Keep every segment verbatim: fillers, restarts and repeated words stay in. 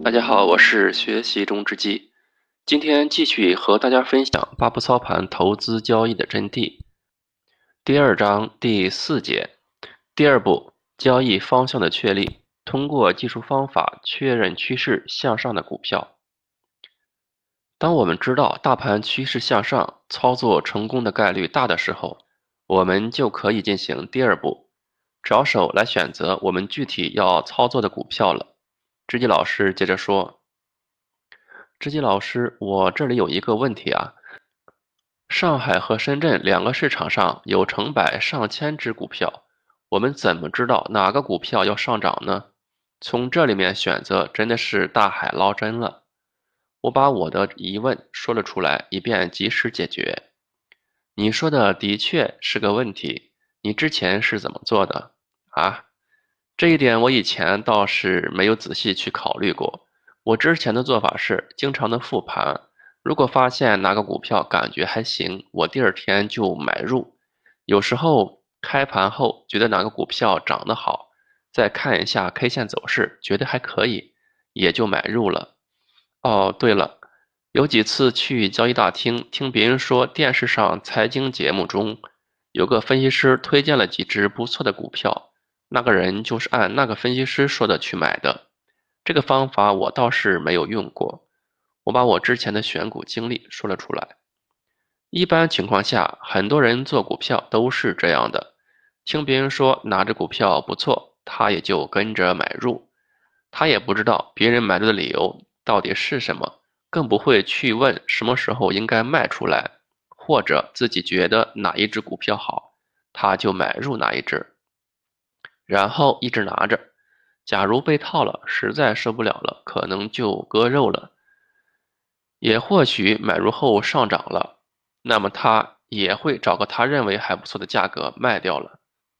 大家好，我是学习中之鸡。今天继续和大家分享八步操盘投资交易的真谛。第二章第四节，第二步，交易方向的确立，通过技术方法确认趋势向上的股票。当我们知道大盘趋势向上，操作成功的概率大的时候，我们就可以进行第二步，着手来选择我们具体要操作的股票了。知己老师接着说。知己老师，我这里有一个问题啊，上海和深圳两个市场上有成百上千只股票，我们怎么知道哪个股票要上涨呢？从这里面选择真的是大海捞针了。我把我的疑问说了出来，以便及时解决。你说的的确是个问题，你之前是怎么做的啊？这一点我以前倒是没有仔细去考虑过。我之前的做法是经常的复盘，如果发现哪个股票感觉还行，我第二天就买入。有时候开盘后觉得哪个股票涨得好，再看一下 K 线走势，觉得还可以，也就买入了。哦，对了，有几次去交易大厅听别人说，电视上财经节目中有个分析师推荐了几只不错的股票，那个人就是按那个分析师说的去买的。这个方法我倒是没有用过，我把我之前的选股经历说了出来。一般情况下，很多人做股票都是这样的，听别人说哪只股票不错，他也就跟着买入。他也不知道别人买入的理由到底是什么，更不会去问什么时候应该卖出来，或者自己觉得哪一只股票好，他就买入哪一只，然后一直拿着。假如被套了，实在受不了了，可能就割肉了。也或许买入后上涨了，那么他也会找个他认为还不错的价格卖掉了。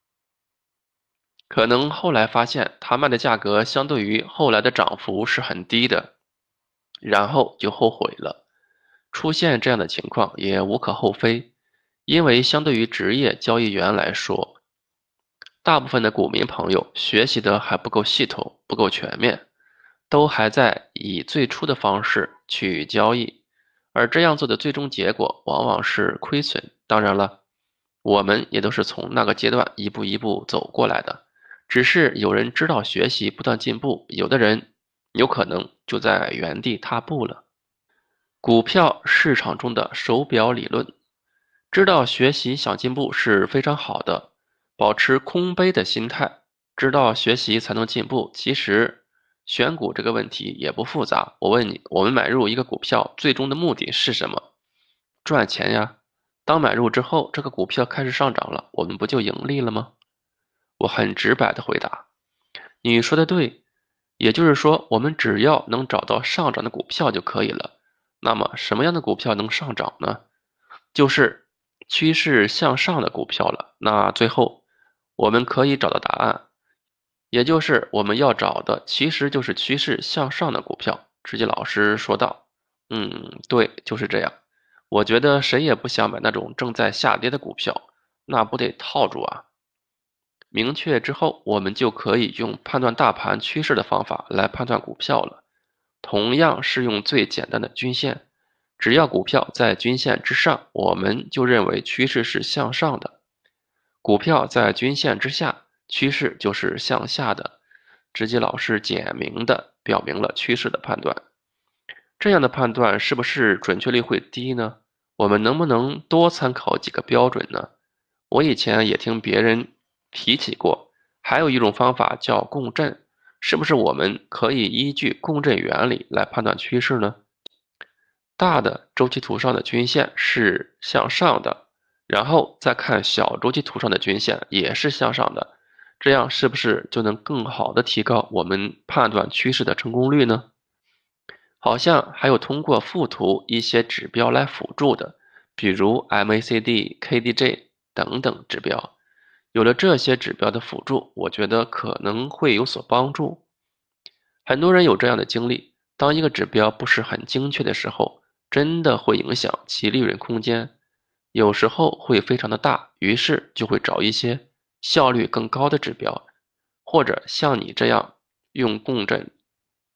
可能后来发现他卖的价格相对于后来的涨幅是很低的，然后就后悔了。出现这样的情况也无可厚非，因为相对于职业交易员来说，大部分的股民朋友学习的还不够系统，不够全面，都还在以最初的方式去交易，而这样做的最终结果往往是亏损。当然了，我们也都是从那个阶段一步一步走过来的，只是有人知道学习不断进步，有的人有可能就在原地踏步了。股票市场中的手表理论，知道学习想进步是非常好的，保持空杯的心态，知道学习才能进步。其实选股这个问题也不复杂。我问你，我们买入一个股票最终的目的是什么？赚钱呀。当买入之后，这个股票开始上涨了，我们不就盈利了吗？我很直白的回答，你说的对，也就是说，我们只要能找到上涨的股票就可以了。那么，什么样的股票能上涨呢？就是趋势向上的股票了。那最后，我们可以找到答案，也就是我们要找的其实就是趋势向上的股票。知己老师说道：“嗯，对，就是这样。我觉得谁也不想买那种正在下跌的股票，那不得套住啊。”明确之后，我们就可以用判断大盘趋势的方法来判断股票了。同样是用最简单的均线，只要股票在均线之上，我们就认为趋势是向上的；股票在均线之下，趋势就是向下的。直接老师简明的表明了趋势的判断。这样的判断是不是准确率会低呢？我们能不能多参考几个标准呢？我以前也听别人提起过，还有一种方法叫共振，是不是我们可以依据共振原理来判断趋势呢？大的周期图上的均线是向上的，然后再看小周期图上的均线也是向上的，这样是不是就能更好的提高我们判断趋势的成功率呢？好像还有通过附图一些指标来辅助的，比如 M A C D、K D J 等等指标。有了这些指标的辅助，我觉得可能会有所帮助。很多人有这样的经历，当一个指标不是很精确的时候，真的会影响其利润空间，有时候会非常的大，于是就会找一些效率更高的指标，或者像你这样用共振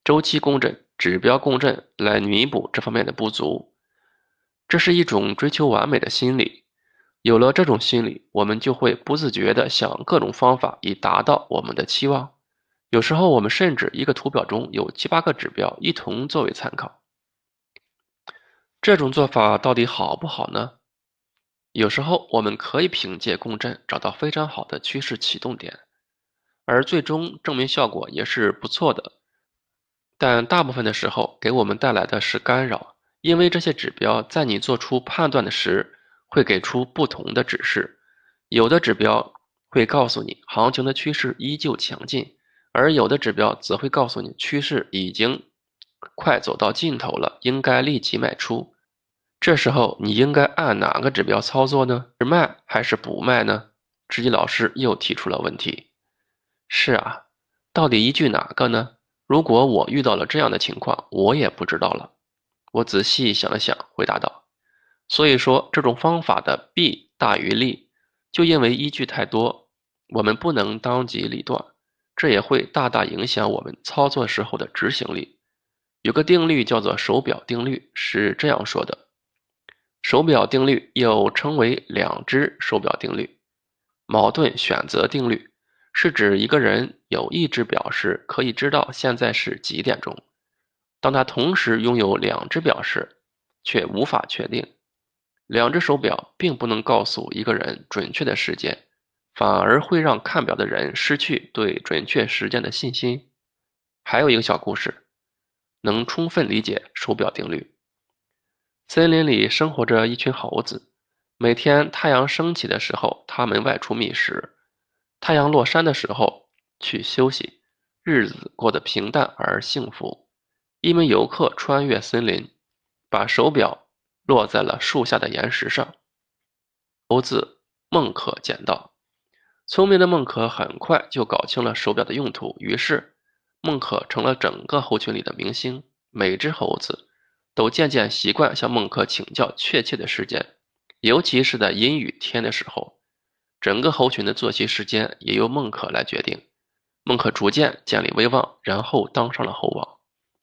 周期共振、指标共振来弥补这方面的不足。这是一种追求完美的心理。有了这种心理，我们就会不自觉地想各种方法以达到我们的期望。有时候我们甚至一个图表中有七八个指标一同作为参考。这种做法到底好不好呢？有时候我们可以凭借共振找到非常好的趋势启动点，而最终证明效果也是不错的。但大部分的时候给我们带来的是干扰，因为这些指标在你做出判断的时会给出不同的指示。有的指标会告诉你行情的趋势依旧强劲，而有的指标则会告诉你趋势已经快走到尽头了，应该立即卖出。这时候你应该按哪个指标操作呢？是卖还是不卖呢？知己老师又提出了问题。是啊，到底依据哪个呢？如果我遇到了这样的情况，我也不知道了。我仔细想了想，回答道：所以说，这种方法的弊大于利，就因为依据太多，我们不能当机立断，这也会大大影响我们操作时候的执行力。有个定律叫做手表定律，是这样说的：手表定律又称为两只手表定律。矛盾选择定律是指一个人有意志表示可以知道现在是几点钟，当他同时拥有两只表示，却无法确定。两只手表并不能告诉一个人准确的时间，反而会让看表的人失去对准确时间的信心。还有一个小故事，能充分理解手表定律。森林里生活着一群猴子，每天太阳升起的时候，它们外出觅食；太阳落山的时候去休息，日子过得平淡而幸福。一名游客穿越森林，把手表落在了树下的岩石上。猴子孟可捡到，聪明的孟可很快就搞清了手表的用途，于是孟可成了整个猴群里的明星。每只猴子都渐渐习惯向孟可请教确切的时间，尤其是在阴雨天的时候，整个猴群的作息时间也由孟可来决定。孟可逐渐建立威望，然后当上了猴王。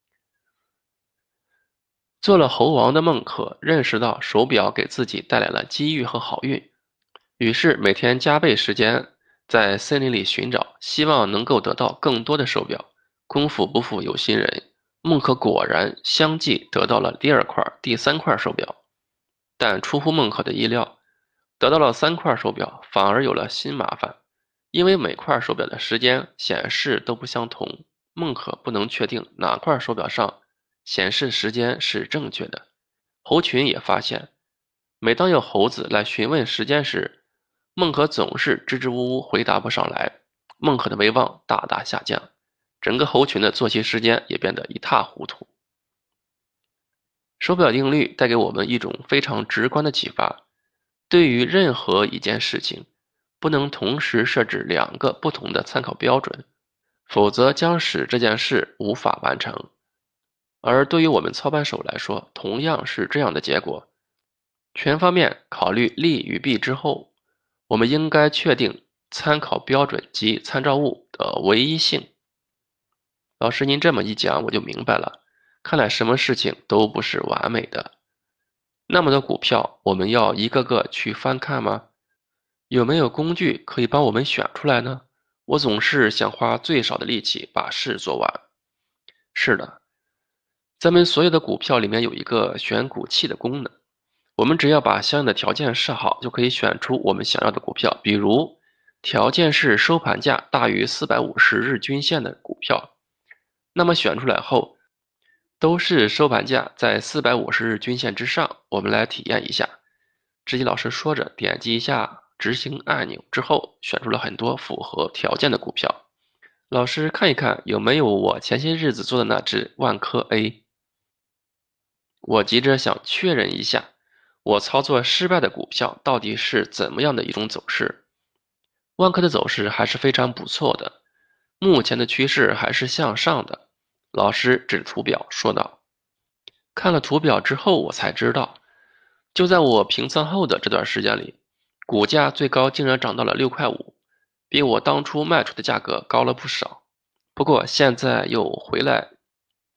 做了猴王的孟可认识到手表给自己带来了机遇和好运，于是每天加倍时间在森林里寻找，希望能够得到更多的手表。功夫不负有心人，孟可果然相继得到了第二块、第三块手表。但出乎孟可的意料，得到了三块手表，反而有了新麻烦，因为每块手表的时间显示都不相同，孟可不能确定哪块手表上显示时间是正确的。猴群也发现，每当有猴子来询问时间时，孟可总是支支吾吾回答不上来，孟可的威望大大下降，整个猴群的作息时间也变得一塌糊涂。手表定律带给我们一种非常直观的启发，对于任何一件事情，不能同时设置两个不同的参考标准，否则将使这件事无法完成。而对于我们操盘手来说，同样是这样的结果。全方面考虑利与弊之后，我们应该确定参考标准及参照物的唯一性。老师，您这么一讲，我就明白了。看来什么事情都不是完美的。那么多股票，我们要一个个去翻看吗？有没有工具可以帮我们选出来呢？我总是想花最少的力气把事做完。是的，咱们所有的股票里面有一个选股器的功能，我们只要把相应的条件设好，就可以选出我们想要的股票。比如，条件是收盘价大于四百五十日均线的股票，那么选出来后，都是收盘价在四百五十日均线之上。我们来体验一下。知己老师说着，点击一下执行按钮之后，选出了很多符合条件的股票。老师看一看有没有我前些日子做的那只万科 A。我急着想确认一下，我操作失败的股票到底是怎么样的一种走势。万科的走势还是非常不错的，目前的趋势还是向上的。老师指图表说道。看了图表之后，我才知道，就在我平仓后的这段时间里，股价最高竟然涨到了六块五，比我当初卖出的价格高了不少。不过现在又回来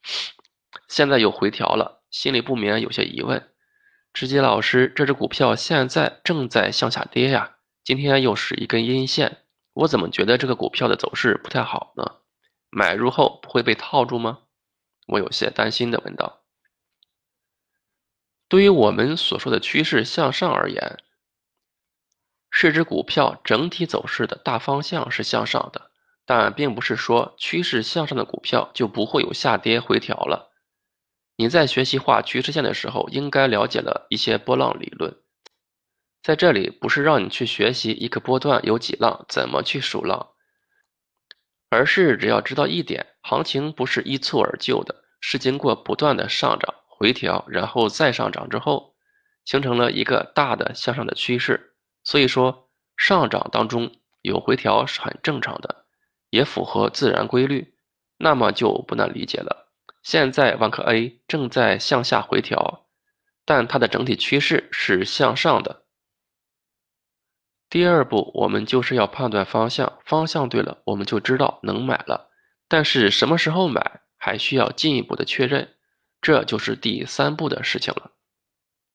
现在又回调了，心里不免有些疑问。直接老师，这只股票现在正在向下跌呀，今天又是一根阴线，我怎么觉得这个股票的走势不太好呢？买入后不会被套住吗？我有些担心地问道。对于我们所说的趋势向上而言，是指股票整体走势的大方向是向上的，但并不是说趋势向上的股票就不会有下跌回调了。你在学习画趋势线的时候，应该了解了一些波浪理论。在这里不是让你去学习一个波段有几浪，怎么去数浪，而是只要知道一点，行情不是一蹴而就的，是经过不断的上涨、回调，然后再上涨之后，形成了一个大的向上的趋势。所以说，上涨当中有回调是很正常的，也符合自然规律。那么就不难理解了。现在万科 A 正在向下回调，但它的整体趋势是向上的。第二步，我们就是要判断方向，方向对了，我们就知道能买了。但是什么时候买，还需要进一步的确认，这就是第三步的事情了。